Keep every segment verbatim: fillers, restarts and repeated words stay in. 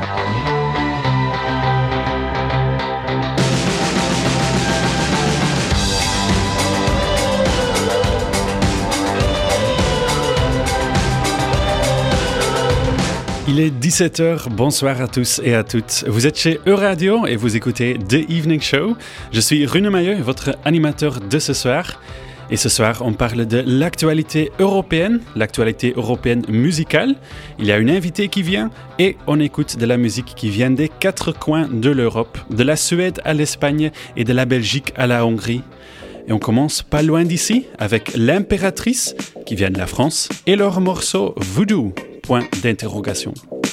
Il est dix-sept heures, bonsoir à tous et à toutes. Vous êtes chez Euradio et vous écoutez The Evening Show. Je suis Rune Mailleux, votre animateur de ce soir. Et ce soir, on parle de l'actualité européenne, l'actualité européenne musicale. Il y a une invitée qui vient et on écoute de la musique qui vient des quatre coins de l'Europe, de la Suède à l'Espagne et de la Belgique à la Hongrie. Et on commence pas loin d'ici avec l'Impératrice qui vient de la France et leur morceau Voodoo. Point d'interrogation.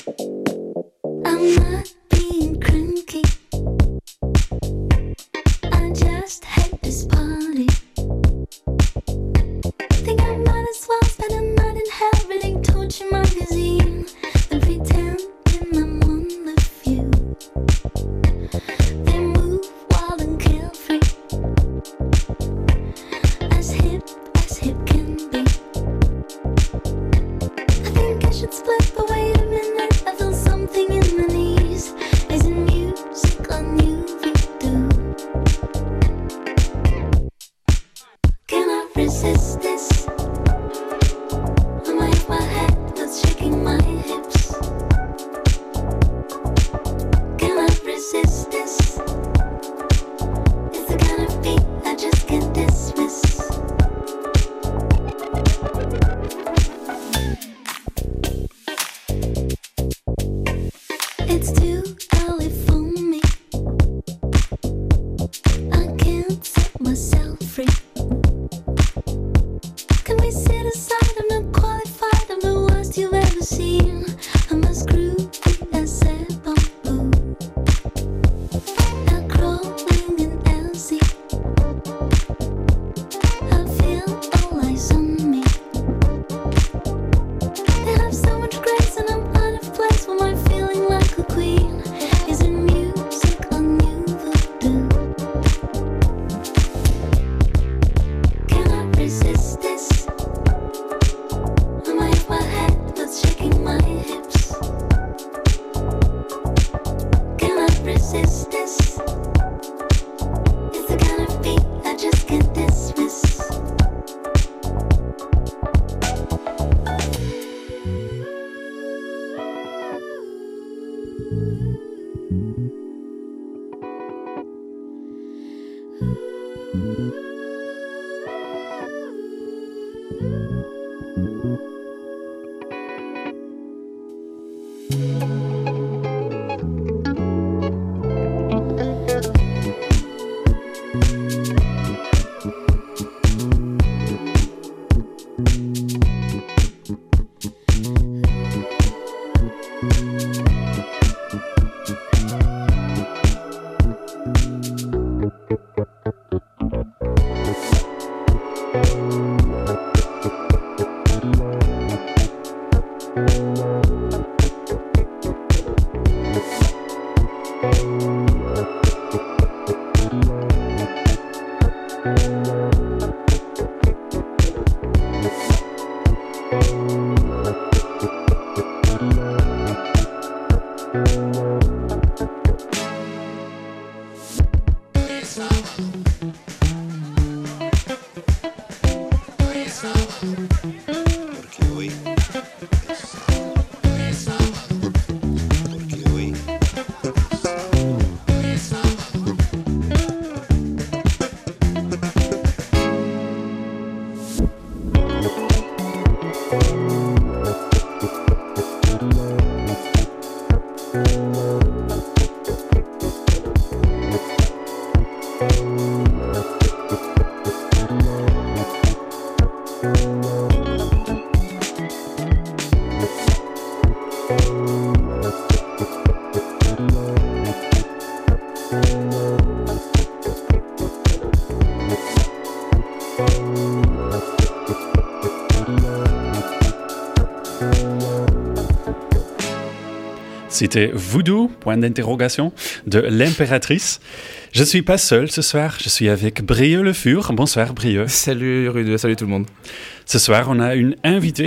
C'était Voodoo, point d'interrogation, de l'Impératrice. Je ne suis pas seul ce soir, je suis avec Brieux Le Fur. Bonsoir Brieux. Salut Rude, salut tout le monde. Ce soir, on a une invitée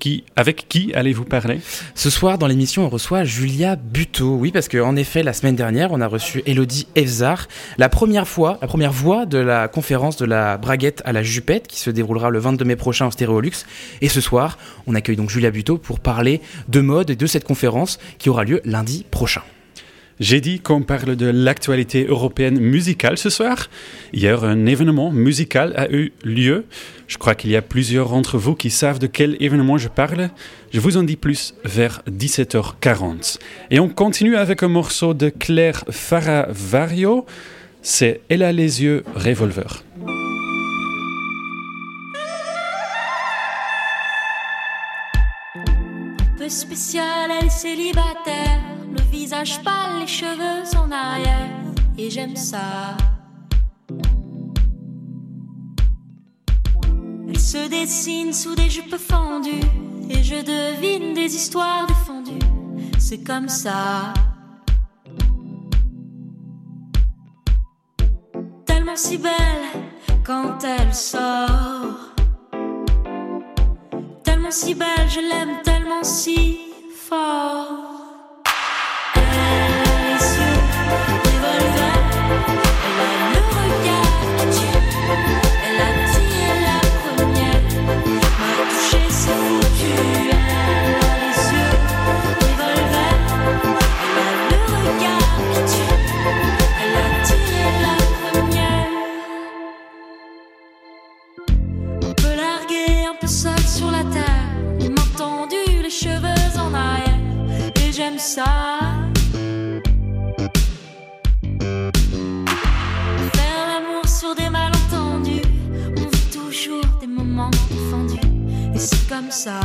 qui, avec qui allez-vous parler ? Ce soir, dans l'émission, on reçoit Julia Buteau. Oui, parce qu'en effet, la semaine dernière, on a reçu Elodie Efzar, la première fois, la première voix de la conférence de la braguette à la jupette, qui se déroulera le vingt-deux mai prochain au Stéréolux. Et ce soir, on accueille donc Julia Buteau pour parler de mode et de cette conférence qui aura lieu lundi prochain. J'ai dit qu'on parle de l'actualité européenne musicale ce soir. Hier, un événement musical a eu lieu. Je crois qu'il y a plusieurs d'entre vous qui savent de quel événement je parle. Je vous en dis plus vers dix-sept heures quarante. Et on continue avec un morceau de Claire Faravario. C'est Elle a les yeux revolver. Un peu spécial, elle est célibataire. Le visage pâle, les cheveux en arrière, et j'aime ça. Elle se dessine sous des jupes fendues, et je devine des histoires défendues. C'est comme ça. Tellement si belle quand elle sort. Tellement si belle, je l'aime tellement si fort. Ça. Faire l'amour sur des malentendus, on vit toujours des moments défendus, et c'est comme ça.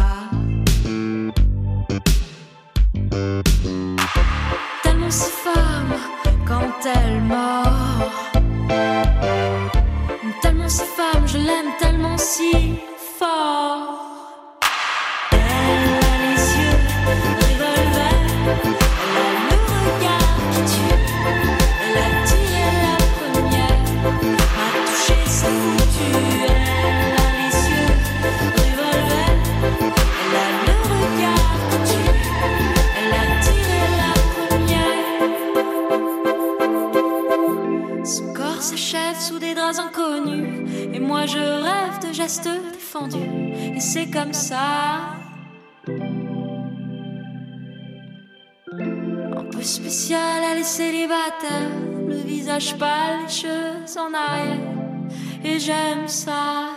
Tellement si femme quand elle mord, tellement si femme, je l'aime tellement si fort. Inconnus, et moi je rêve de gestes défendus, et c'est comme ça. Un peu spécial, elle est célibataire, le visage pâle, les cheveux en arrière, et j'aime ça.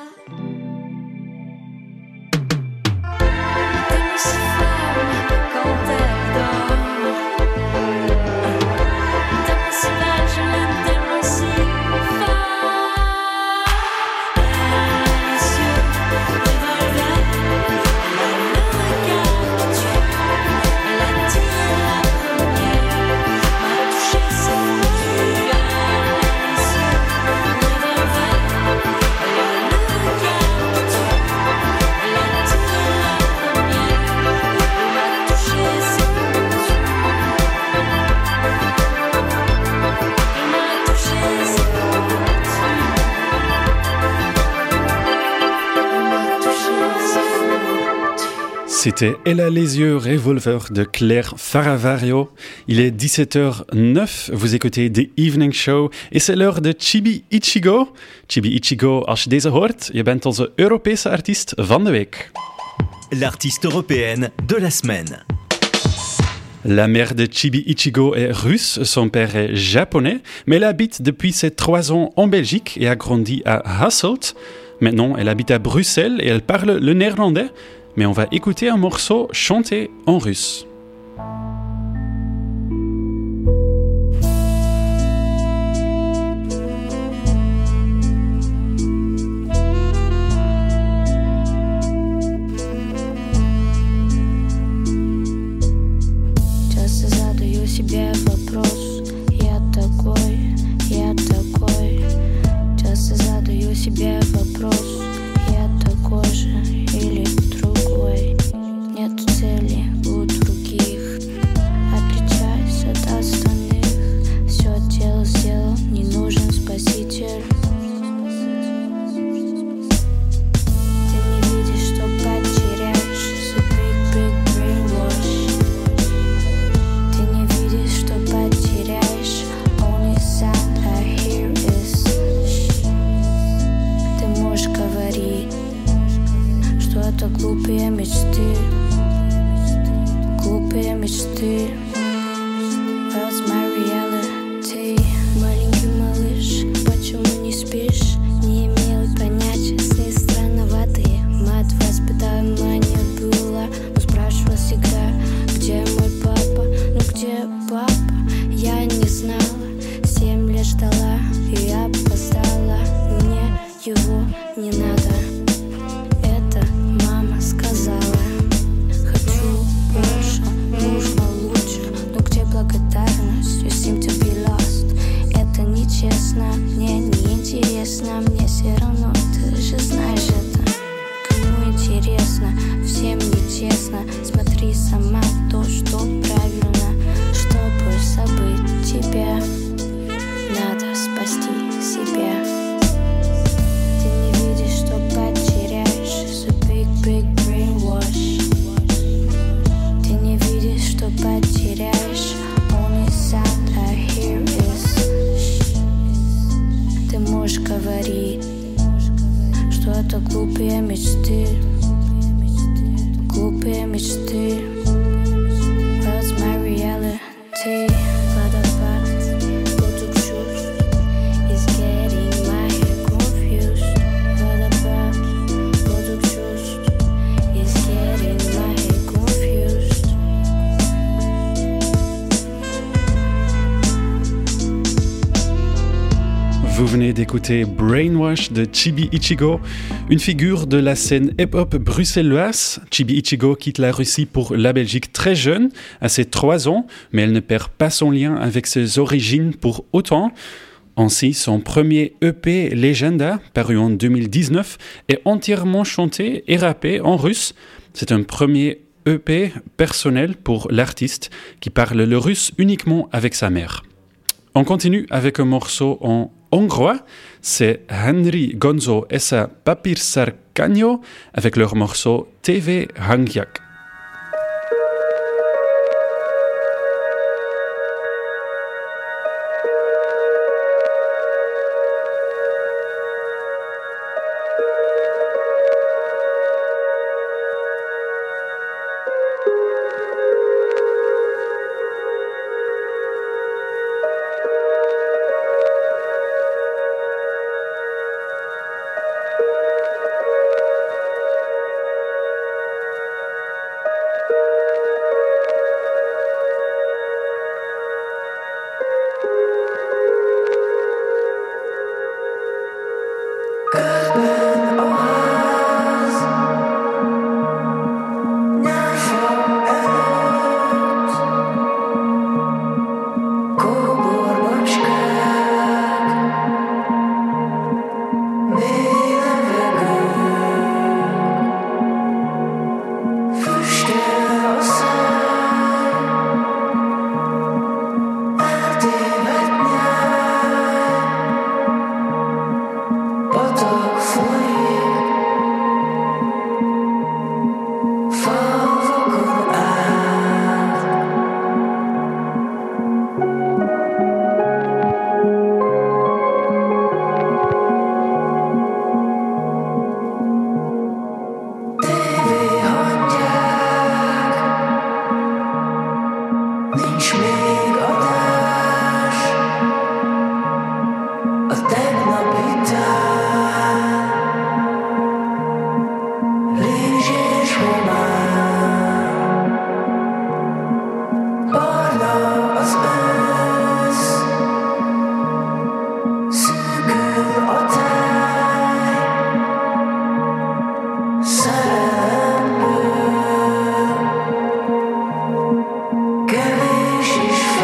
Tellement si femme quand elle dort, tellement si belle, je l'aime tellement si fort. C'était Elle a les yeux revolver de Claire Faravario. Il est dix-sept heures neuf, vous écoutez The Evening Show et c'est l'heure de Chibi Ichigo. Chibi Ichigo, als je deze hoort, je bent onze Europese artiest van de week. L'artiste européenne de la semaine. La mère de Chibi Ichigo est russe, son père est japonais, mais elle habite depuis ses trois ans en Belgique et a grandi à Hasselt. Maintenant, elle habite à Bruxelles et elle parle le néerlandais. Mais on va écouter un morceau chanté en russe. Часто задаю себе вопрос, я такой, я такой. Часто задаю себе вопрос, я такой же или другой. Нету цели у других, отличаюсь от остальных. Все дело сделал, не нужен спаситель. Ты не видишь, что потеряешь, мечты. What's my reality? Маленький малыш, почему не спишь? Не имеют понятия, сны странноватые. Мать воспитаемая не была, но спрашивала всегда, где мой папа? Ну где папа? Я не знала, семь лет ждала, и я опоздала. Мне его не надо, это мама сказала. Хочу больше, нужно лучше, но где благодарность? You seem to be lost. Это нечестно, мне неинтересно, мне все равно, ты же знаешь это. Кому интересно, всем нечестно. Смотри сама то, что правильно, чтобы забыть тебя. Надо спасти себя. Ты не видишь, что потеряешь. It's a big, big brainwash. Ты не видишь, что потеряешь. Only sound I hear is. Ты можешь говорить, что это глупые мечты. Глупые мечты. What's my reality? Водопад, поток чувств is getting my head confused. Водопад, поток чувств is getting my head confused. Vous venez d'écouter Brainwash de Chibi Ichigo, une figure de la scène hip-hop bruxelloise. Chibi Ichigo quitte la Russie pour la Belgique très jeune, à ses trois ans, mais elle ne perd pas son lien avec ses origines pour autant. Ainsi, son premier E P Legenda, paru en deux mille dix-neuf, est entièrement chanté et rappé en russe. C'est un premier E P personnel pour l'artiste qui parle le russe uniquement avec sa mère. On continue avec un morceau en hongrois, c'est Henry Gonzo et sa Papírsarkanyo avec leur morceau T V Hangjak. Gevésés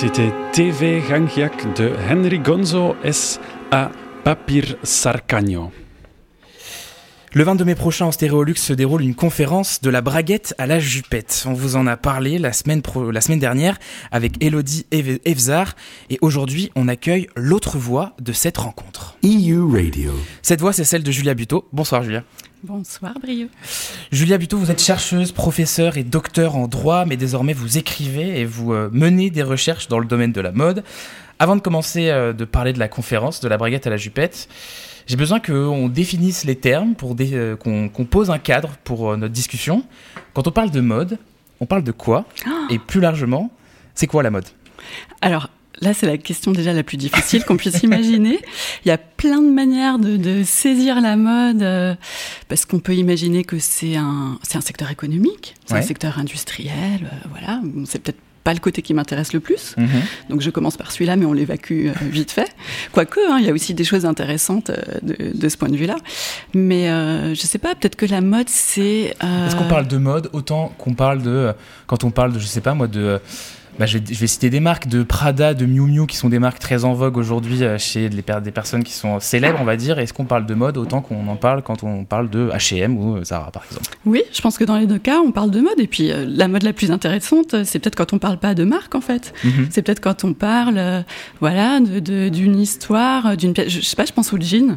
c'était T V Gangyak de Henry Gonzo S a Papir Sarcagno. Le vingt-deux mai prochain, au Stéréolux, se déroule une conférence de la braguette à la jupette. On vous en a parlé la semaine, pro- la semaine dernière avec Elodie Evzar. Et aujourd'hui, on accueille l'autre voix de cette rencontre. E U Radio. Cette voix, c'est celle de Julia Buteau. Bonsoir, Julia. Bonsoir, Brieux. Julia Buteau, vous êtes chercheuse, professeure et docteur en droit, mais désormais vous écrivez et vous euh, menez des recherches dans le domaine de la mode. Avant de commencer euh, de parler de la conférence de la braguette à la jupette, j'ai besoin qu'on définisse les termes, pour dé- euh, qu'on, qu'on pose un cadre pour euh, notre discussion. Quand on parle de mode, on parle de quoi ? Oh. Et plus largement, c'est quoi la mode ? Alors, là, c'est la question déjà la plus difficile qu'on puisse imaginer. Il y a plein de manières de, de saisir la mode, euh, parce qu'on peut imaginer que c'est un, c'est un secteur économique, c'est Ouais. un secteur industriel, euh, voilà. Bon, c'est peut-être pas le côté qui m'intéresse le plus. Mmh. Donc je commence par celui-là, mais on l'évacue euh, vite fait. Quoique, hein, il y a aussi des choses intéressantes euh, de, de ce point de vue-là. Mais euh, je sais pas, peut-être que la mode, c'est... euh, Est-ce qu'on parle de mode autant qu'on parle de... euh, Quand on parle de, je sais pas moi, de... euh, Bah, je, vais, je vais citer des marques de Prada, de Miu Miu, qui sont des marques très en vogue aujourd'hui euh, chez les per- des personnes qui sont célèbres, on va dire. Est-ce qu'on parle de mode autant qu'on en parle quand on parle de H et M ou euh, Zara, par exemple ? Oui, je pense que dans les deux cas, on parle de mode. Et puis, euh, la mode la plus intéressante, c'est peut-être quand on parle pas de marque, en fait. Mm-hmm. C'est peut-être quand on parle, euh, voilà, de, de, d'une histoire, d'une pièce. Je, je sais pas, je pense au jean.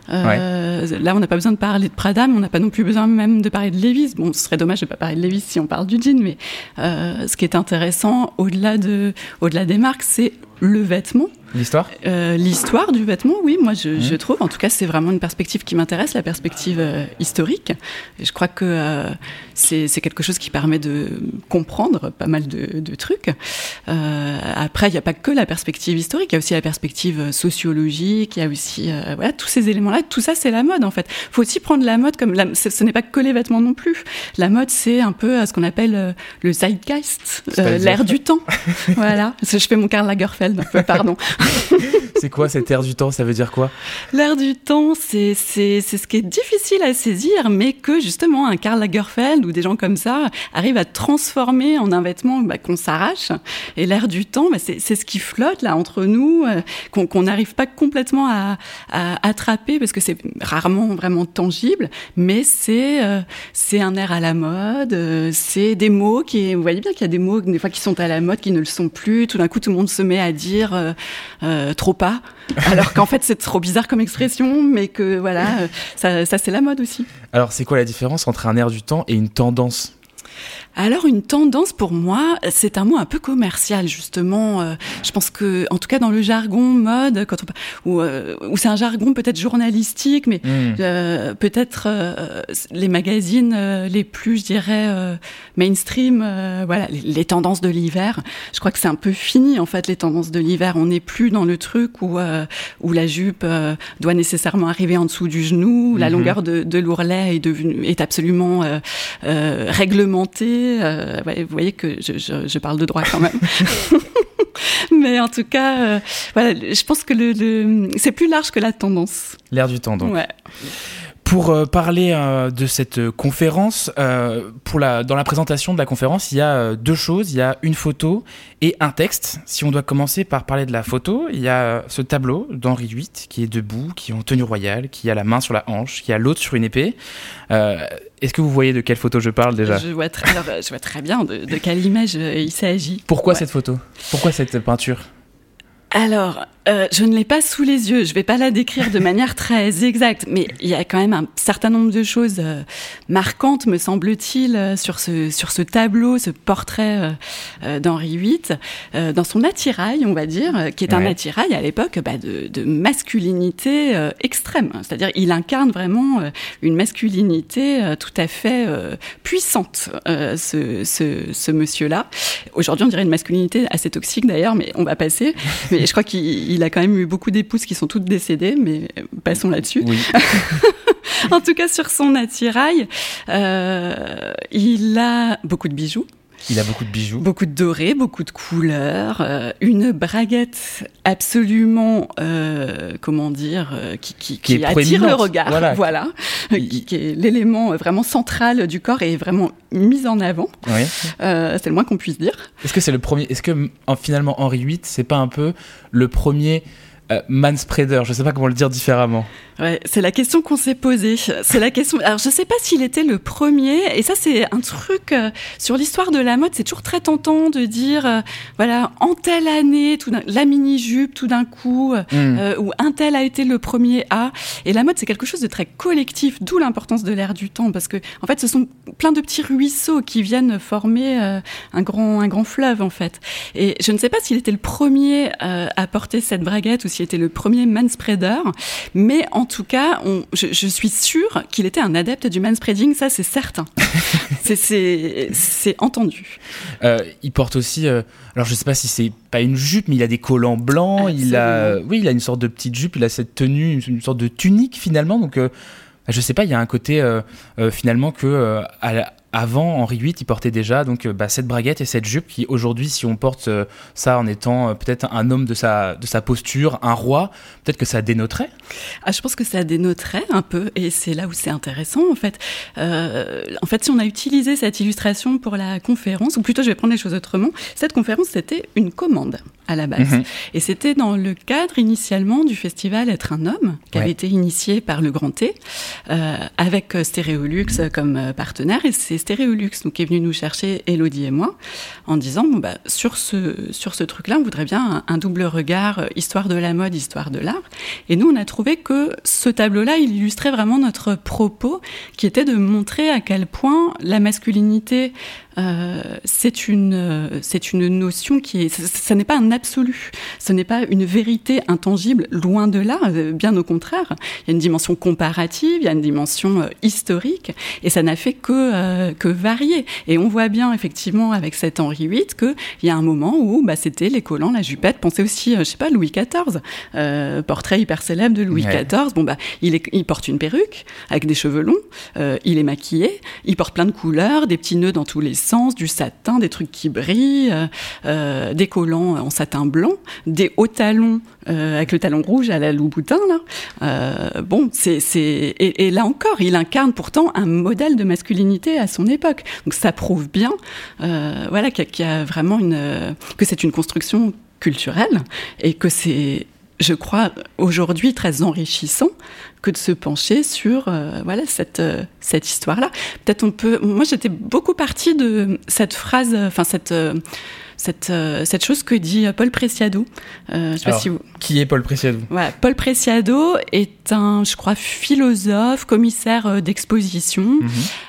Euh, ouais. Là, on n'a pas besoin de parler de Prada, mais on n'a pas non plus besoin même de parler de Levi's. Bon, ce serait dommage de pas parler de Levi's si on parle du jean, mais euh, ce qui est intéressant, au-delà de, au-delà des marques, c'est le vêtement. L'histoire ? euh, L'histoire du vêtement, oui, moi je, mmh. je trouve. En tout cas, c'est vraiment une perspective qui m'intéresse, la perspective euh, historique. Et je crois que euh, c'est, c'est quelque chose qui permet de comprendre pas mal de, de trucs. Euh, après, il n'y a pas que la perspective historique, il y a aussi la perspective sociologique, il y a aussi euh, voilà, tous ces éléments-là. Tout ça, c'est la mode, en fait. Il faut aussi prendre la mode comme... La, ce n'est pas que les vêtements non plus. La mode, c'est un peu euh, ce qu'on appelle euh, le zeitgeist, euh, l'air du temps. Voilà. Je fais mon Karl Lagerfeld un peu, pardon. C'est quoi cet air du temps ? Ça veut dire quoi ? L'air du temps, c'est, c'est, c'est ce qui est difficile à saisir, mais que justement un Karl Lagerfeld ou des gens comme ça arrivent à transformer en un vêtement bah, qu'on s'arrache. Et l'air du temps, bah, c'est, c'est ce qui flotte là entre nous, euh, qu'on, qu'on n'arrive pas complètement à, à attraper parce que c'est rarement vraiment tangible, mais c'est, euh, c'est un air à la mode, euh, c'est des mots qui, vous voyez bien qu'il y a des mots des fois qui sont à la mode, qui ne le sont plus. Tout d'un coup, tout le monde se met à dire euh, euh, trop pas, alors qu'en fait c'est trop bizarre comme expression, mais que voilà, euh, ça, ça c'est la mode aussi. Alors c'est quoi la différence entre un air du temps et une tendance ? Alors une tendance pour moi, c'est un mot un peu commercial justement. Euh, je pense que, en tout cas dans le jargon mode, quand on ou euh, ou c'est un jargon peut-être journalistique, mais mmh. euh, peut-être euh, les magazines euh, les plus, je dirais euh, mainstream, euh, voilà, les, les tendances de l'hiver. Je crois que c'est un peu fini en fait les tendances de l'hiver. On n'est plus dans le truc où euh, où la jupe euh, doit nécessairement arriver en dessous du genou, mmh. la longueur de, de l'ourlet est devenue est absolument euh, euh, réglementée. Euh, ouais, vous voyez que je, je, je parle de droit quand même. Mais en tout cas, euh, voilà, je pense que le, le, c'est plus large que la tendance. L'air du temps, donc. Ouais. Pour euh, parler euh, de cette conférence, euh, pour la, dans la présentation de la conférence, il y a euh, deux choses. Il y a une photo et un texte. Si on doit commencer par parler de la photo, il y a euh, ce tableau d'Henri huit qui est debout, qui est en tenue royale, qui a la main sur la hanche, qui a l'autre sur une épée. Euh, est-ce que vous voyez de quelle photo je parle déjà ? Je vois très, alors, je vois très bien de, de quelle image il s'agit. Pourquoi ouais. cette photo ? Pourquoi cette peinture ? Alors, euh, je ne l'ai pas sous les yeux, je ne vais pas la décrire de manière très exacte, mais il y a quand même un certain nombre de choses euh, marquantes, me semble-t-il, euh, sur ce sur ce tableau, ce portrait euh, euh, d'Henri huit, euh, dans son attirail, on va dire, euh, qui est ouais. un attirail à l'époque bah, de, de masculinité euh, extrême. C'est-à-dire, il incarne vraiment euh, une masculinité euh, tout à fait euh, puissante, euh, ce, ce, ce monsieur-là. Aujourd'hui, on dirait une masculinité assez toxique d'ailleurs, mais on va passer. Mais je crois qu'il il a quand même eu beaucoup d'épouses qui sont toutes décédées, mais passons là-dessus. Oui. En tout cas, sur son attirail, euh, il a beaucoup de bijoux. Il a beaucoup de bijoux. Beaucoup de dorés, beaucoup de couleurs, euh, une braguette absolument, euh, comment dire, euh, qui, qui, qui, qui attire le regard, voilà, voilà. Il... qui, qui est l'élément vraiment central du corps et vraiment mis en avant. Oui. Euh, c'est le moins qu'on puisse dire. Est-ce que c'est le premier ? Est-ce que en, finalement Henri huit, c'est pas un peu le premier euh, manspreader ? Je sais pas comment le dire différemment. Ouais, c'est la question qu'on s'est posée. C'est la question. Alors, je sais pas s'il était le premier. Et ça, c'est un truc euh, sur l'histoire de la mode. C'est toujours très tentant de dire, euh, voilà, en telle année, tout d'un, la mini jupe, tout d'un coup, euh, mm. euh, ou un tel a été le premier à. Et la mode, c'est quelque chose de très collectif. D'où l'importance de l'ère du temps, parce que, en fait, ce sont plein de petits ruisseaux qui viennent former euh, un grand, un grand fleuve, en fait. Et je ne sais pas s'il était le premier euh, à porter cette braguette ou s'il était le premier manspreader, mais en En tout cas, on, je, je suis sûre qu'il était un adepte du manspreading, ça c'est certain. c'est, c'est, c'est entendu. Euh, il porte aussi, euh, alors je ne sais pas si c'est pas une jupe, mais il a des collants blancs, Absolument. il a, oui, il a une sorte de petite jupe, il a cette tenue, une, une sorte de tunique finalement. Donc, euh, je ne sais pas, il y a un côté euh, euh, finalement que euh, à la, avant, Henri huit, il portait déjà donc, bah, cette braguette et cette jupe qui, aujourd'hui, si on porte euh, ça en étant euh, peut-être un homme de sa, de sa posture, un roi, peut-être que ça dénoterait. Ah, je pense que ça dénoterait un peu, et c'est là où c'est intéressant, en fait. Euh, en fait, si on a utilisé cette illustration pour la conférence, ou plutôt, je vais prendre les choses autrement, cette conférence, c'était une commande à la base. Mmh. Et c'était dans le cadre, initialement, du festival Être un homme, qui ouais. avait été initié par le Grand T, euh, avec Stéréolux comme partenaire, et c'est Stéréolux, donc, qui est venu nous chercher, Élodie et moi, en disant, bon, bah, sur ce, sur ce truc-là, on voudrait bien un, un double regard, euh, histoire de la mode, histoire de l'art. Et nous, on a trouvé que ce tableau-là, il illustrait vraiment notre propos, qui était de montrer à quel point la masculinité, Euh, c'est une euh, c'est une notion qui est, ça, ça n'est pas un absolu, ce n'est pas une vérité intangible, loin de là, euh, bien au contraire. Il y a une dimension comparative, il y a une dimension euh, historique, et ça n'a fait que euh, que varier. Et on voit bien effectivement avec cet Henri huit que il y a un moment où bah c'était les collants, la jupette. Pensez aussi, euh, je sais pas, Louis quatorze, euh, portrait hyper célèbre de Louis ouais. quatorze. Bon bah il est il porte une perruque avec des cheveux longs, euh, il est maquillé, il porte plein de couleurs, des petits nœuds dans tous les sens, du satin, des trucs qui brillent, euh, euh, des collants en satin blanc, des hauts talons euh, avec le talon rouge à la Louboutin là. Euh, bon, c'est c'est et, et là encore, il incarne pourtant un modèle de masculinité à son époque. Donc ça prouve bien, euh, voilà, qu'il y, a, qu'il y a vraiment une que c'est une construction culturelle et que c'est, je crois, aujourd'hui très enrichissant que de se pencher sur euh, voilà cette euh, cette histoire-là. Peut-être on peut. Moi, j'étais beaucoup partie de cette phrase, enfin cette euh, cette euh, cette chose que dit Paul Preciado. Euh, je sais Alors, pas si vous... Qui est Paul Preciado ? Voilà, Paul Preciado est un, je crois, philosophe, commissaire d'exposition. Mmh.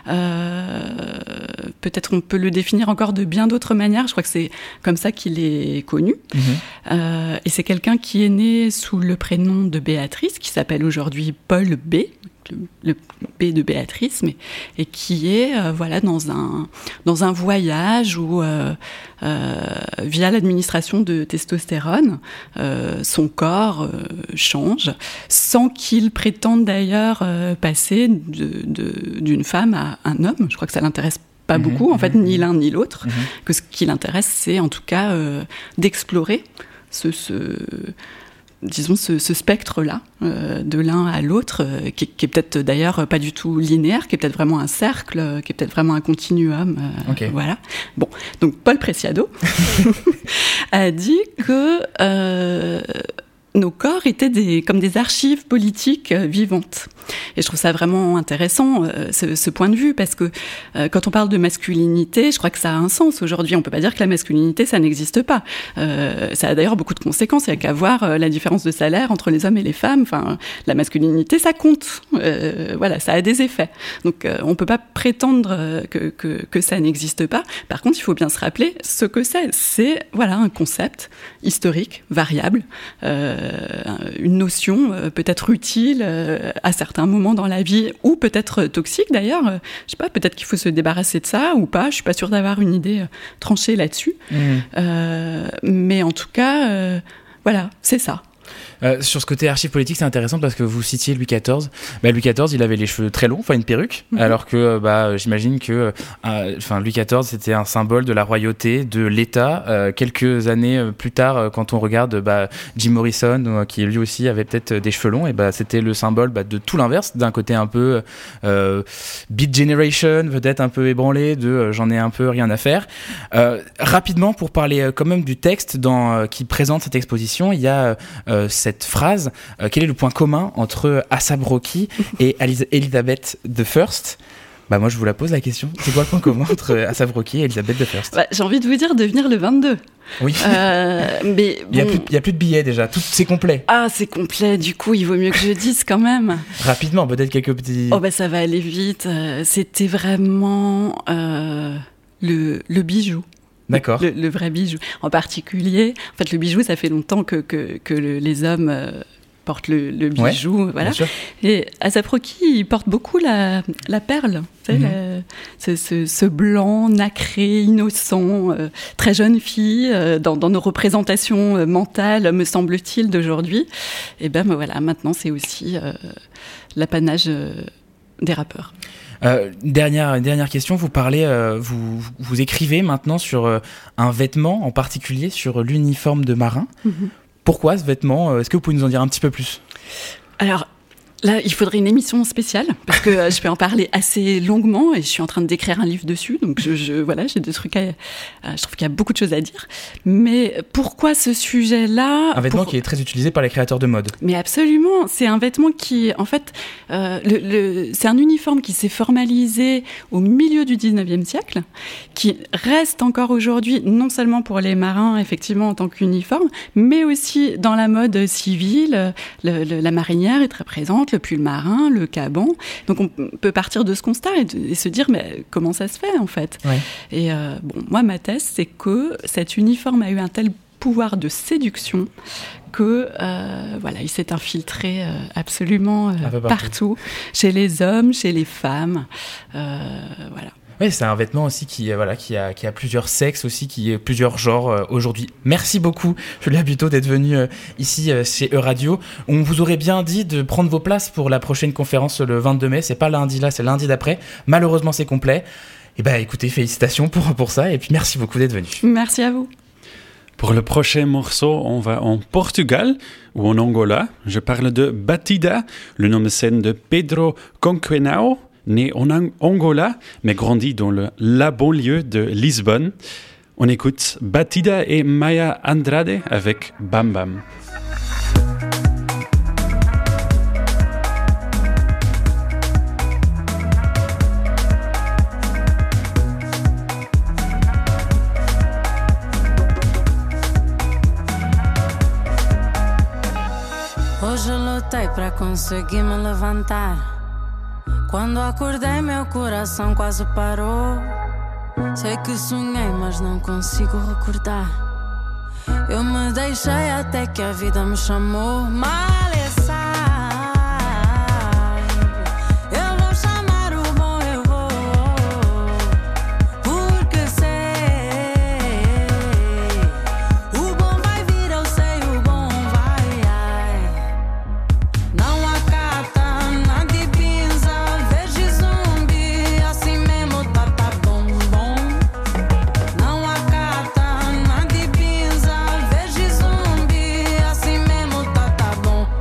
Euh, peut-être on peut le définir encore de bien d'autres manières. Je crois que c'est comme ça qu'il est connu. Mmh. Euh, et c'est quelqu'un qui est né sous le prénom de Béatrice, qui s'appelle aujourd'hui Paul B. Le, le B de Béatrice, mais, et qui est euh, voilà dans un dans un voyage où euh, euh, via l'administration de testostérone, euh, son corps euh, change, sans qu'il prétende d'ailleurs euh, passer de, de, d'une femme à un homme. Je crois que ça l'intéresse pas mmh, beaucoup, en mmh, fait, mmh. ni l'un ni l'autre. Mmh. Que ce qui l'intéresse, c'est en tout cas euh, d'explorer ce, ce disons ce, ce spectre-là, euh, de l'un à l'autre, euh, qui, qui est peut-être d'ailleurs pas du tout linéaire, qui est peut-être vraiment un cercle, euh, qui est peut-être vraiment un continuum. Euh, okay. Voilà. Bon, donc Paul Preciado a dit que euh, nos corps étaient des, comme des archives politiques euh, vivantes. Et je trouve ça vraiment intéressant, euh, ce, ce point de vue, parce que euh, quand on parle de masculinité, je crois que ça a un sens aujourd'hui. On peut pas dire que la masculinité, ça n'existe pas. Euh, ça a d'ailleurs beaucoup de conséquences. Il y a qu'à voir euh, la différence de salaire entre les hommes et les femmes. Enfin, la masculinité, ça compte. Euh, voilà, ça a des effets. Donc, euh, on peut pas prétendre euh, que, que, que ça n'existe pas. Par contre, il faut bien se rappeler ce que c'est. C'est, voilà, un concept historique, variable, euh, une notion euh, peut-être utile euh, à certains un moment dans la vie, ou peut-être toxique d'ailleurs, euh, je sais pas, peut-être qu'il faut se débarrasser de ça ou pas, je suis pas sûre d'avoir une idée euh, tranchée là-dessus, mmh. euh, mais en tout cas, euh, voilà, c'est ça. Euh, sur ce côté archive politique, c'est intéressant parce que vous citiez Louis quatorze. Bah, Louis quatorze, il avait les cheveux très longs, enfin une perruque, mm-hmm. alors que bah, j'imagine que euh, Louis quatorze, c'était un symbole de la royauté, de l'État. Euh, quelques années plus tard, euh, quand on regarde bah, Jim Morrison, euh, qui lui aussi avait peut-être des cheveux longs, et bah, c'était le symbole bah, de tout l'inverse, d'un côté un peu euh, Beat Generation, peut-être un peu ébranlé, de euh, j'en ai un peu rien à faire. Euh, rapidement, pour parler euh, quand même du texte dans, euh, qui présente cette exposition, il y a euh, cette phrase, euh, quel est le point commun entre ASAP Rocky et Elis- Elizabeth the First? Bah moi je vous la pose la question, c'est quoi le point commun entre ASAP Rocky et Elizabeth the First? Bah, j'ai envie de vous dire de venir le vingt-deux. Oui. Euh, mais bon... Il n'y a, a plus de billets déjà, tout, c'est complet. Ah, c'est complet, du coup, il vaut mieux que je dise quand même. Rapidement, peut-être quelques petits... Oh, bah ça va aller vite. Euh, c'était vraiment euh, le, le bijou. D'accord. Le, le vrai bijou. En particulier, en fait, le bijou, ça fait longtemps que, que, que le, les hommes... Euh, porte le, le bijou, ouais, voilà. Et ASAP Rocky, il porte beaucoup la, la perle, tu sais, mm-hmm. la, ce, ce, ce blanc nacré, innocent, euh, très jeune fille, euh, dans, dans nos représentations euh, mentales, me semble-t-il, d'aujourd'hui. Et ben voilà, maintenant c'est aussi euh, l'apanage euh, des rappeurs. Euh, dernière, dernière question, vous parlez, euh, vous, vous écrivez maintenant sur euh, un vêtement en particulier, sur l'uniforme de marin. Mm-hmm. Pourquoi ce vêtement ? Est-ce que vous pouvez nous en dire un petit peu plus ? Alors, là, il faudrait une émission spéciale, parce que euh, je peux en parler assez longuement, et je suis en train d'écrire un livre dessus, donc je, je, voilà, j'ai des trucs à... Euh, je trouve qu'il y a beaucoup de choses à dire. Mais pourquoi ce sujet-là ? Un vêtement pour... qui est très utilisé par les créateurs de mode. Mais absolument, c'est un vêtement qui, en fait, euh, le, le, c'est un uniforme qui s'est formalisé au milieu du dix-neuvième siècle, qui reste encore aujourd'hui, non seulement pour les marins, effectivement, en tant qu'uniforme, mais aussi dans la mode civile. Le, le, la marinière est très présente, le pull marin, le caban. Donc on peut partir de ce constat et, de, et se dire mais comment ça se fait en fait. Ouais. Et euh, bon, moi ma thèse c'est que cet uniforme a eu un tel pouvoir de séduction que euh, voilà, il s'est infiltré euh, absolument euh, partout. partout, chez les hommes, chez les femmes, euh, voilà. Oui, c'est un vêtement aussi qui, euh, voilà, qui, a, qui a plusieurs sexes aussi, qui a plusieurs genres euh, aujourd'hui. Merci beaucoup, Julia Buteau, d'être venue euh, ici euh, chez Euradio. On vous aurait bien dit de prendre vos places pour la prochaine conférence le vingt-deux mai. C'est pas lundi là, c'est lundi d'après. Malheureusement, c'est complet. Et bah, écoutez, félicitations pour, pour ça. Et puis, merci beaucoup d'être venu. Merci à vous. Pour le prochain morceau, on va en Portugal ou en Angola. Je parle de Batida, le nom de scène de Pedro Conquenao, né en Angola, mais grandi dans le, la banlieue de Lisbonne. On écoute Batida et Maya Andrade avec Bam Bam. Hoje lutei para conseguir me levantar. Quando acordei, meu coração quase parou. Sei que sonhei, mas não consigo recordar. Eu me deixei até que a vida me chamou. Mal e sai. Eu vou chamar o bom, eu vou. Porque sei. O bom vai vir, eu sei, o bom vai. Ai. Não acata, nada de pinza. Vejo zumbi, assim mesmo tá, tá bom, bom. Não acata, nada de pinza. Vejo zumbi, assim mesmo tá, tá bom.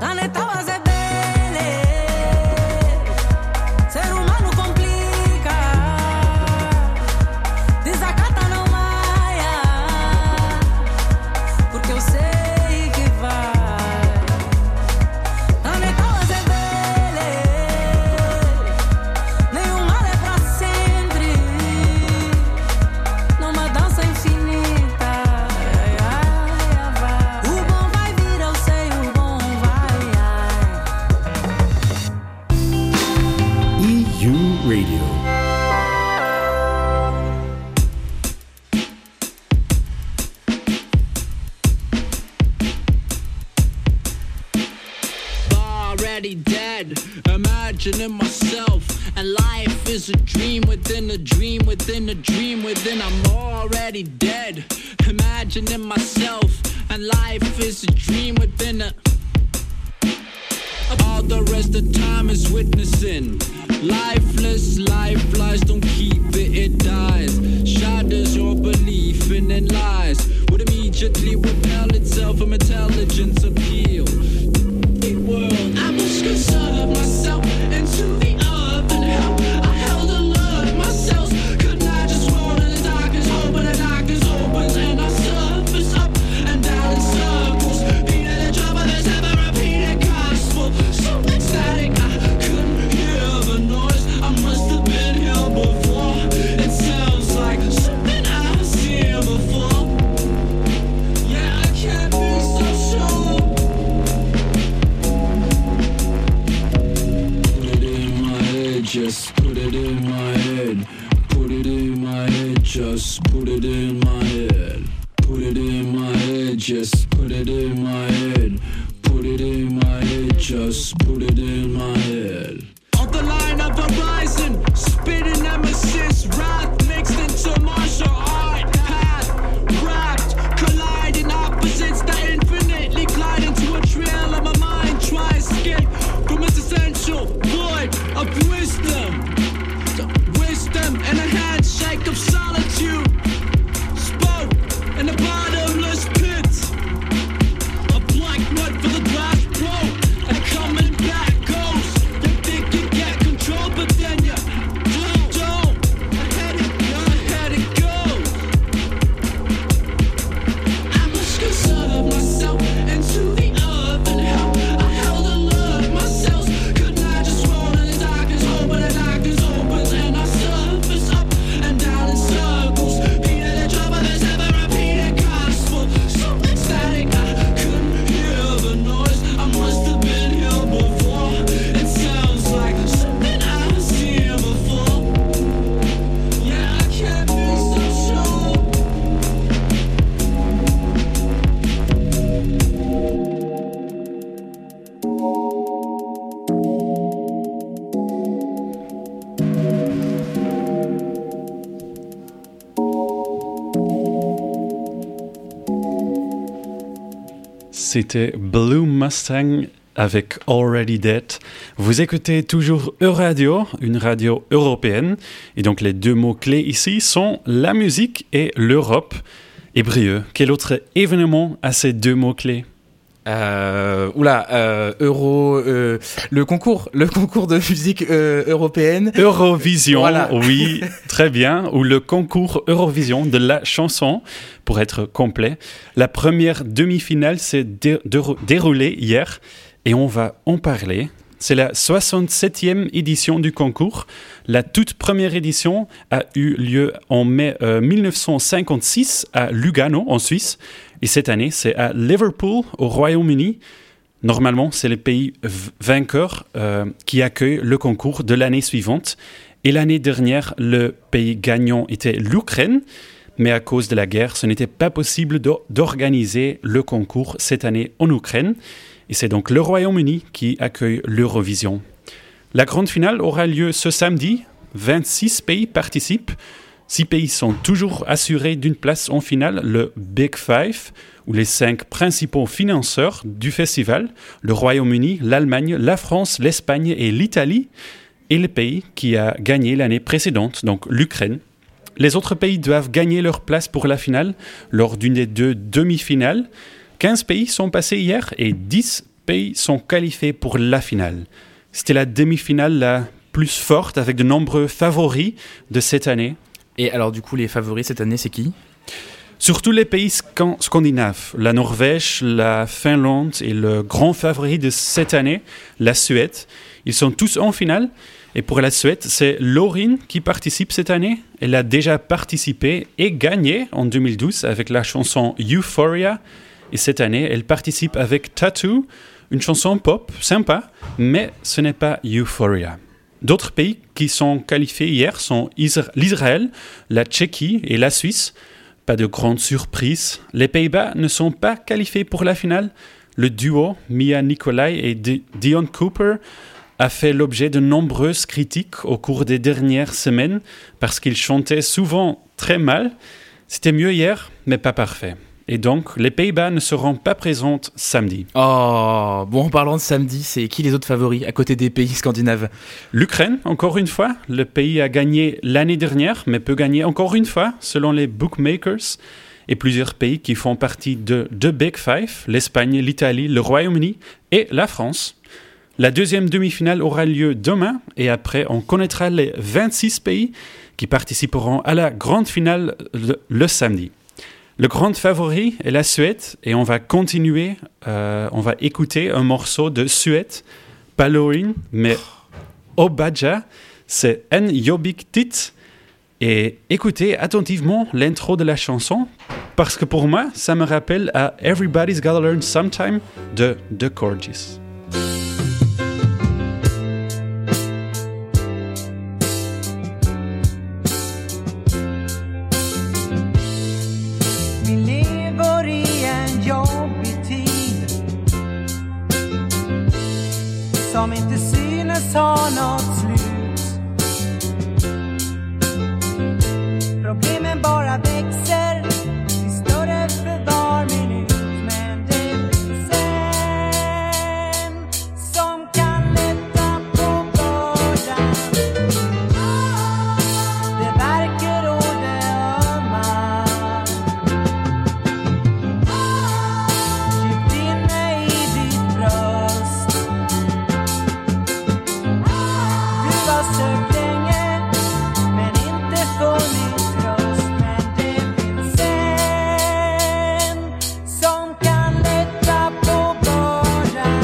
Dane cose belle, ser humano complica, desacata não maia, porque eu sei que vai. Dane cose belle, nenhum mal é pra sempre, numa dança infinita. Ai, ai, vai. O bom vai vir, eu sei, o bom vai. Ai. E U Radio. Already dead, imagining myself, and life is a dream within a dream within a dream within. I'm already dead, imagining myself, and life is a dream within a. All the rest of time is witnessing. Lifeless, life lies, don't keep it, it dies. Shatters your belief in and lies. Would immediately repel itself from intelligence appeal. World. I must conserve myself into the earth and how I held alert myself. Couldn't I just roll in the darkness, hoping the darkness opens and I surface up and down in circles. Beating the drum of this ever-repeated gospel. Something static, I couldn't hear the noise. I must have been here before. It sounds like something I've seen before. Yeah, I can't be so sure. Just put it in my head, put it in my head, just put it in my head, put it in my head, just put it in my head, put it in my head, just put it in my head. On the line of horizon, spitting nemesis, wrath mixed into martial art, path, wrapped, colliding opposites that infinitely glide into a trail of my mind, try escape from its essential void of wisdom, wisdom and a handshake of solitude, spoke in the bottomless pit, a black mud for the glass broke, and coming back goes, you think you get control but then you don't, don't, ahead it, ahead it goes. I must conserve myself into the earth and how I held alert myself. Couldn't I just roll in the darkness, hoping the darkness opens and I surface up and down in circles. Beating the drum of this ever-repeated gospel. Something static, I couldn't hear the noise. I must have been here before. It sounds like something I've seen before. Yeah, I can't be so sure. C'était Blue Mustang avec Already Dead. Vous écoutez toujours Euradio, une radio européenne. Et donc les deux mots-clés ici sont la musique et l'Europe. Et Brieux, quel autre événement a ces deux mots-clés ? Euh, oula, euh, Euro, euh, le concours, le concours de musique euh, européenne. Eurovision, Voilà. Oui, très bien. Ou le concours Eurovision de la chanson, pour être complet. La première demi-finale s'est dé- dé- déroulée hier et on va en parler. C'est la soixante-septième édition du concours. La toute première édition a eu lieu en mai euh, dix-neuf cent cinquante-six à Lugano, en Suisse. Et cette année, c'est à Liverpool, au Royaume-Uni. Normalement, c'est le pays v- vainqueur euh, qui accueille le concours de l'année suivante. Et l'année dernière, le pays gagnant était l'Ukraine. Mais à cause de la guerre, ce n'était pas possible d'o- d'organiser le concours cette année en Ukraine. Et c'est donc le Royaume-Uni qui accueille l'Eurovision. La grande finale aura lieu ce samedi. vingt-six pays participent. Six pays sont toujours assurés d'une place en finale, le Big Five, ou les cinq principaux financeurs du festival, le Royaume-Uni, l'Allemagne, la France, l'Espagne et l'Italie, et le pays qui a gagné l'année précédente, donc l'Ukraine. Les autres pays doivent gagner leur place pour la finale lors d'une des deux demi-finales. quinze pays sont passés hier et dix pays sont qualifiés pour la finale. C'était la demi-finale la plus forte avec de nombreux favoris de cette année. Et alors du coup, les favoris cette année, c'est qui ? Surtout les pays scan- scandinaves, la Norvège, la Finlande et le grand favori de cette année, la Suède. Ils sont tous en finale. Et pour la Suède, c'est Loreen qui participe cette année. Elle a déjà participé et gagné en deux mille douze avec la chanson Euphoria. Et cette année, elle participe avec Tattoo, une chanson pop sympa, mais ce n'est pas Euphoria. D'autres pays qui sont qualifiés hier sont Isra- l'Israël, la Tchéquie et la Suisse. Pas de grande surprise. Les Pays-Bas ne sont pas qualifiés pour la finale. Le duo Mia Nicolai et D- Dion Cooper a fait l'objet de nombreuses critiques au cours des dernières semaines parce qu'ils chantaient souvent très mal. C'était mieux hier, mais pas parfait. Et donc, les Pays-Bas ne seront pas présents samedi. Oh, bon, en parlant de samedi, c'est qui les autres favoris à côté des pays scandinaves ? L'Ukraine, encore une fois. Le pays a gagné l'année dernière, mais peut gagner encore une fois, selon les bookmakers. Et plusieurs pays qui font partie de The Big Five, l'Espagne, l'Italie, le Royaume-Uni et la France. La deuxième demi-finale aura lieu demain et après, on connaîtra les vingt-six pays qui participeront à la grande finale le, le samedi. Le grand favori est la Suède et on va continuer, euh, on va écouter un morceau de Suède, pas Loreen, mais Obadja, c'est En Jobbig Tit. Et écoutez attentivement l'intro de la chanson parce que pour moi, ça me rappelle à Everybody's Gotta Learn Sometime de The Corgis. Som inte synes ha något slut. Problemen bara växer, blir större för var minut. Men det finns en som kan lätta på bördan. Det verkar och det ömmar. Djupt inne i ditt bröst. Sökt länge, men inte funnit tröst. Men det finns en som kan lätta på bördan.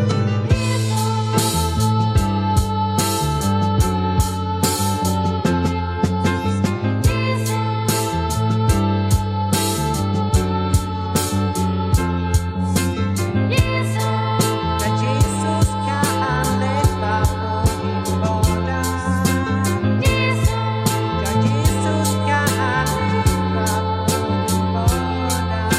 Men Jesus kan lätta på din vardag. Ja, Jesus kan lätta på din vardag.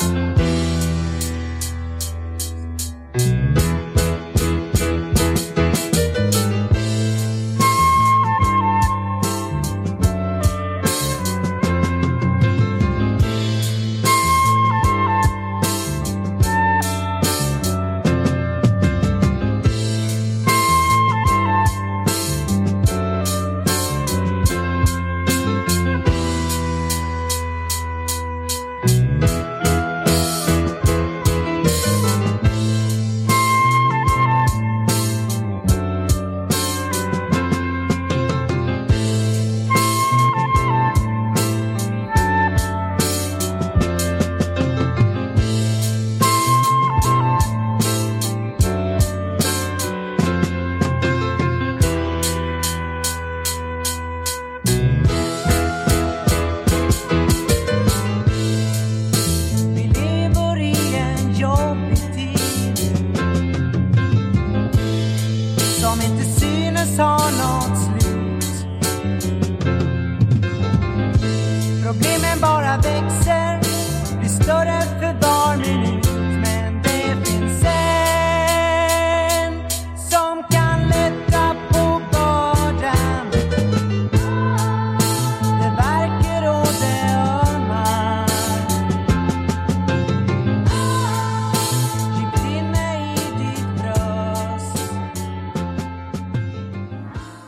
Vi lever i en jobbig tid som inte synes ha något slut. Problemen bara växer, blir större för var minut. Men det finns en som kan lätta på bördan. Det verkar och det ömmar. Djupt inne i ditt bröst.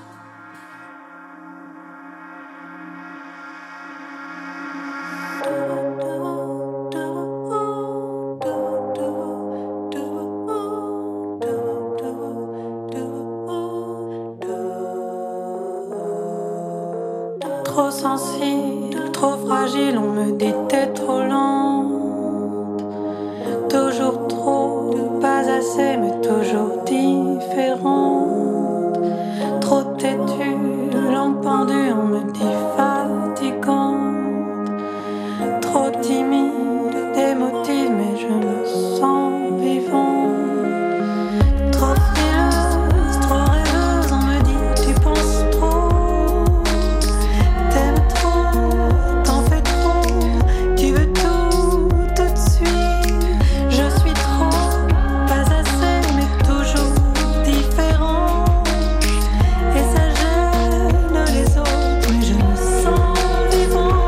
trop sensible, trop fragile, on me dit t'es trop lente. Toujours trop, pas assez, mais toujours différente. Trop têtue, langue pendue, on me dit fatigante. Trop timide, émotive, mais je me sens vivante. Trop frileuse, trop rêveuse, on me dit tu penses trop. T'aimes trop, t'en fais trop, tu veux tout, tout de suite. Je suis trop, pas assez, mais toujours différente. Et ça gêne les autres, mais je me sens vivante.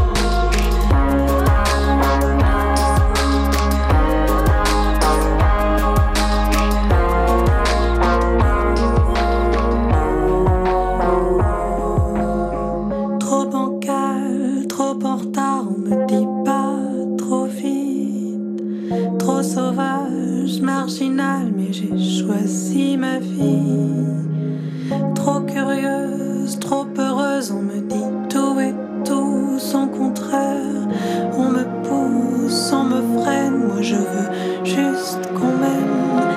Trop bancal, trop en retard, on me dit pas trop vite. Trop sauvage, marginal, mais j'ai choisi ma vie. Trop curieuse, trop heureuse, on me dit tout et tout son contraire. On me pousse, on me freine, moi je veux juste qu'on m'aime.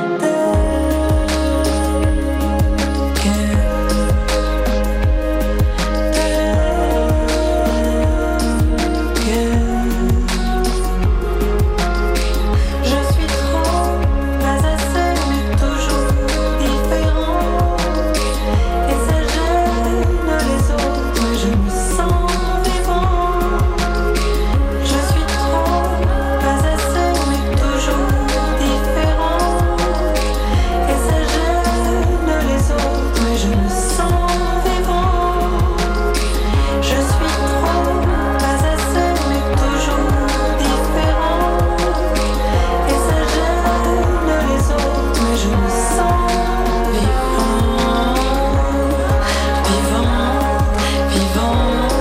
Je suis trop, pas assez, mais toujours différente. Et ça gêne les autres, mais je me sens vivante. Je suis trop, pas assez, mais toujours différente. Et ça gêne les autres, mais je me sens vivante. Je suis trop, pas assez, mais toujours différente. Et ça gêne les autres, mais je me sens vivante. Vivante, vivante,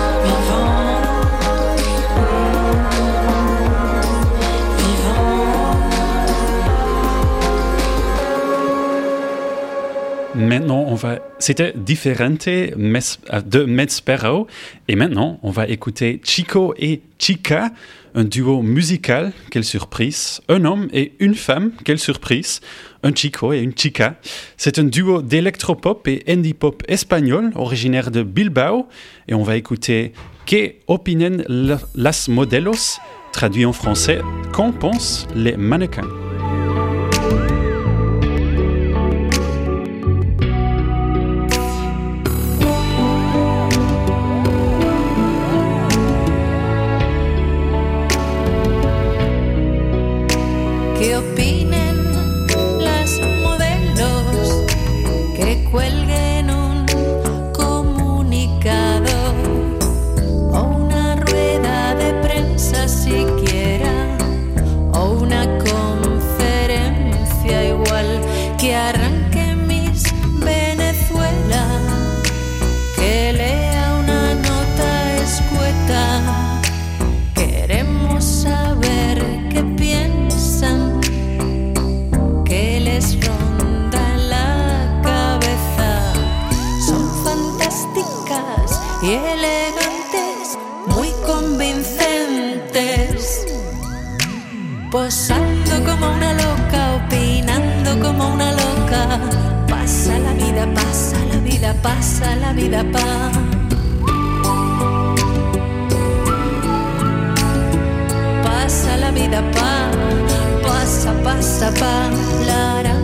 Maintenant, on va... C'était Differente Mes- de Med Sparrow. Et maintenant, on va écouter Chico et Chica, un duo musical. Quelle surprise. Un homme et une femme. Quelle surprise. Un Chico et une Chica. C'est un duo d'électropop et indie pop espagnol, originaire de Bilbao. Et on va écouter Que opinen la- las modelos, traduit en français, qu'en pensent les mannequins. ¿Qué opinen las modelos que cuelguen un comunicado o una rueda de prensa siquiera o una conferencia igual que arranque Miss Venezuela, que lea una nota escueta? Queremos saber qué piensan, qué les ronda en la cabeza. Son fantásticas y elegantes, muy convincentes, posando como una loca, opinando como una loca. Pasa la vida, pasa la vida, pasa la vida, pa. Pasa la vida, pa, pasa, pasa, pa, lara,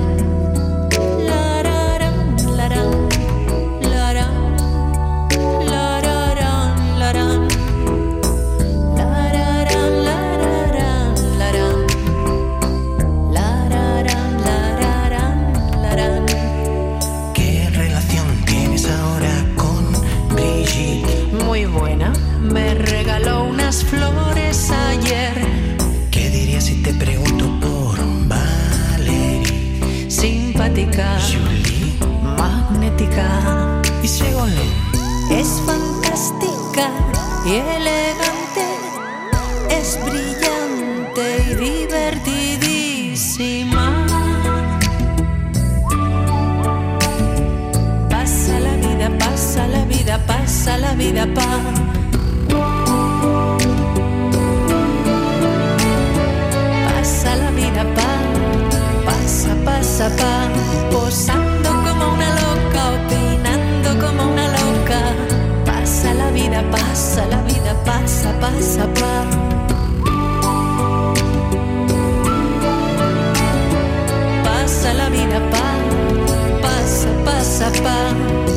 lara, lara, lara, lara, lara, ¿Qué relación tienes ahora con Brigitte? muy buena. Me regaló unas flores ayer. ¿Qué dirías si te pregunto por Valerie? Simpática, Julie magnética, y Ségolène. es fantástica y elegante, es brillante y divertidísima. Pasa la vida, pasa la vida, pasa la vida, vida pa. Pasa la vida pa, pasa, pasa pa, posando como una loca, opinando como una loca. Pasa la vida, pasa la vida, pasa, pasa pa. Pasa la vida pa, pasa, pasa pa.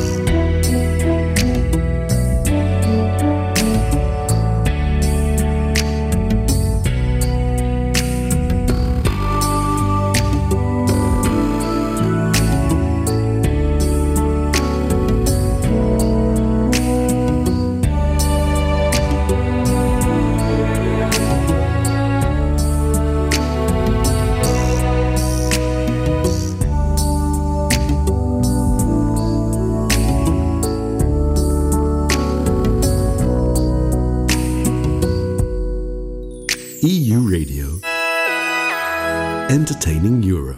E U Radio, entertaining Europe.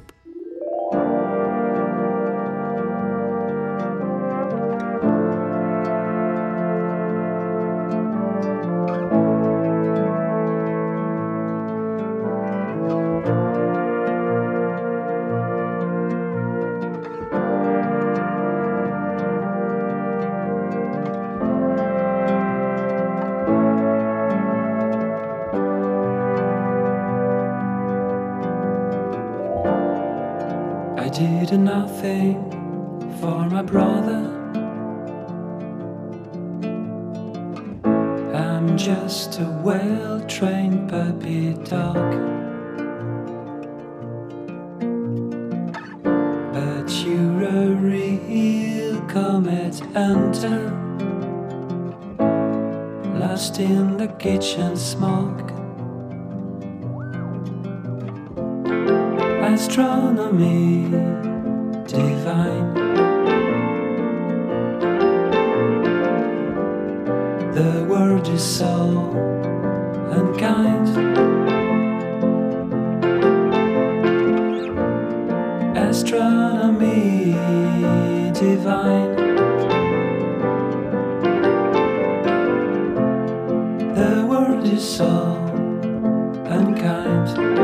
I did nothing for my brother. I'm just a well-trained puppy dog. But you're a real comet hunter, lost in the kitchen smoke. Astronomy divine, the world is so unkind. Astronomy divine, the world is so unkind.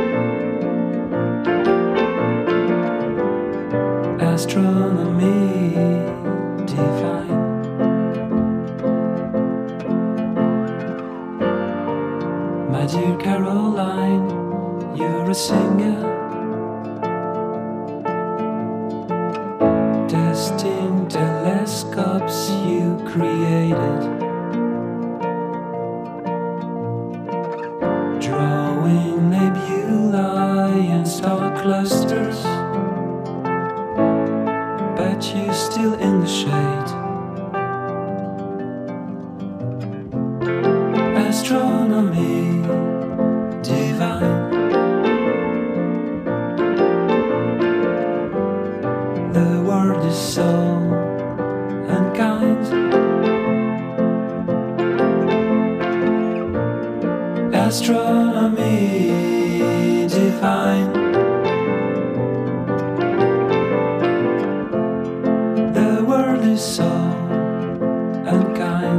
Astronomy divine. My dear Caroline, you're a singer, testing telescopes you created, drawing nebulae and star clusters. But you're still in the shade. Astronomy divine, the world is so unkind. Astronomy divine, so unkind.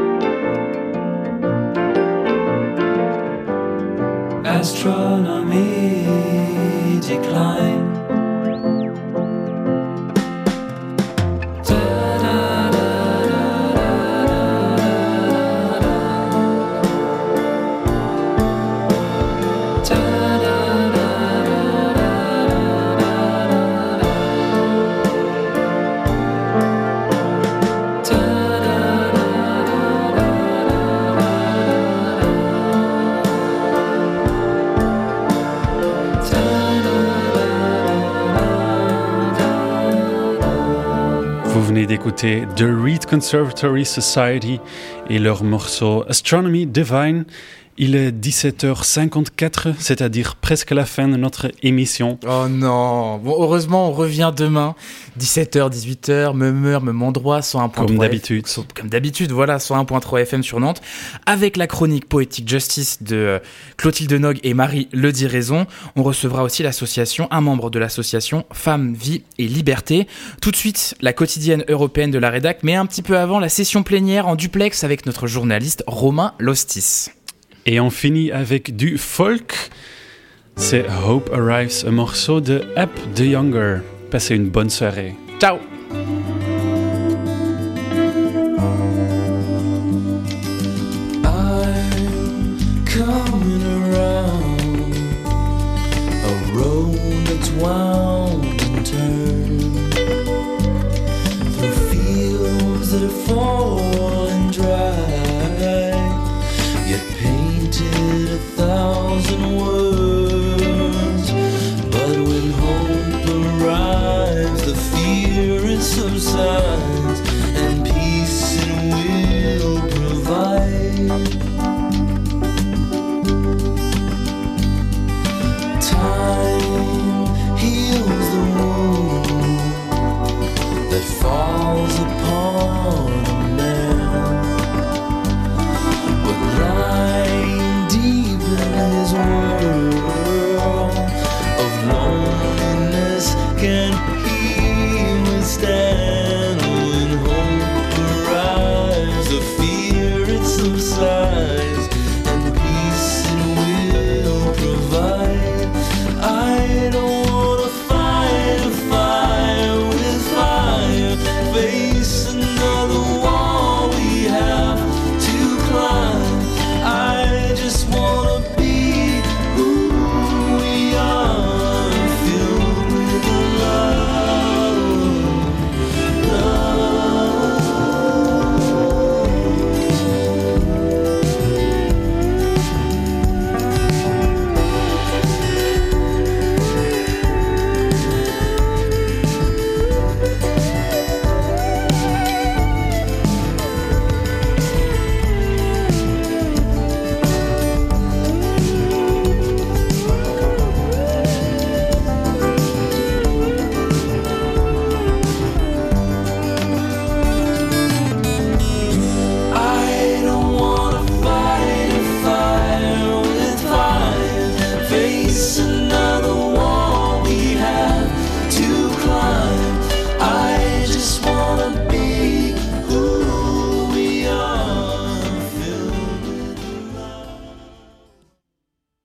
Astronomy decline. Vous venez d'écouter The Reed Conservatory Society et leur morceau Astronomy Divine. Il est dix-sept heures cinquante-quatre, c'est-à-dire presque la fin de notre émission. Oh non. Bon, heureusement, on revient demain. dix-sept heures, dix-huit heures, même heure, même endroit, cent un point trois. Comme d'habitude. F... Comme d'habitude, voilà, cent un point trois F M sur Nantes. Avec la chronique Poetic Justice de Clotilde Nog et Marie Le Dit Raison. On recevra aussi l'association, un membre de l'association Femmes, Vie et Liberté. Tout de suite, la quotidienne européenne de la rédac, mais un petit peu avant, la session plénière en duplex avec notre journaliste Romain Lostis. Et on finit avec du folk. C'est Hope Arrives, un morceau de App the Younger. Passez une bonne soirée. Ciao! I'm coming around a road that's wound and turned through fields that are falling.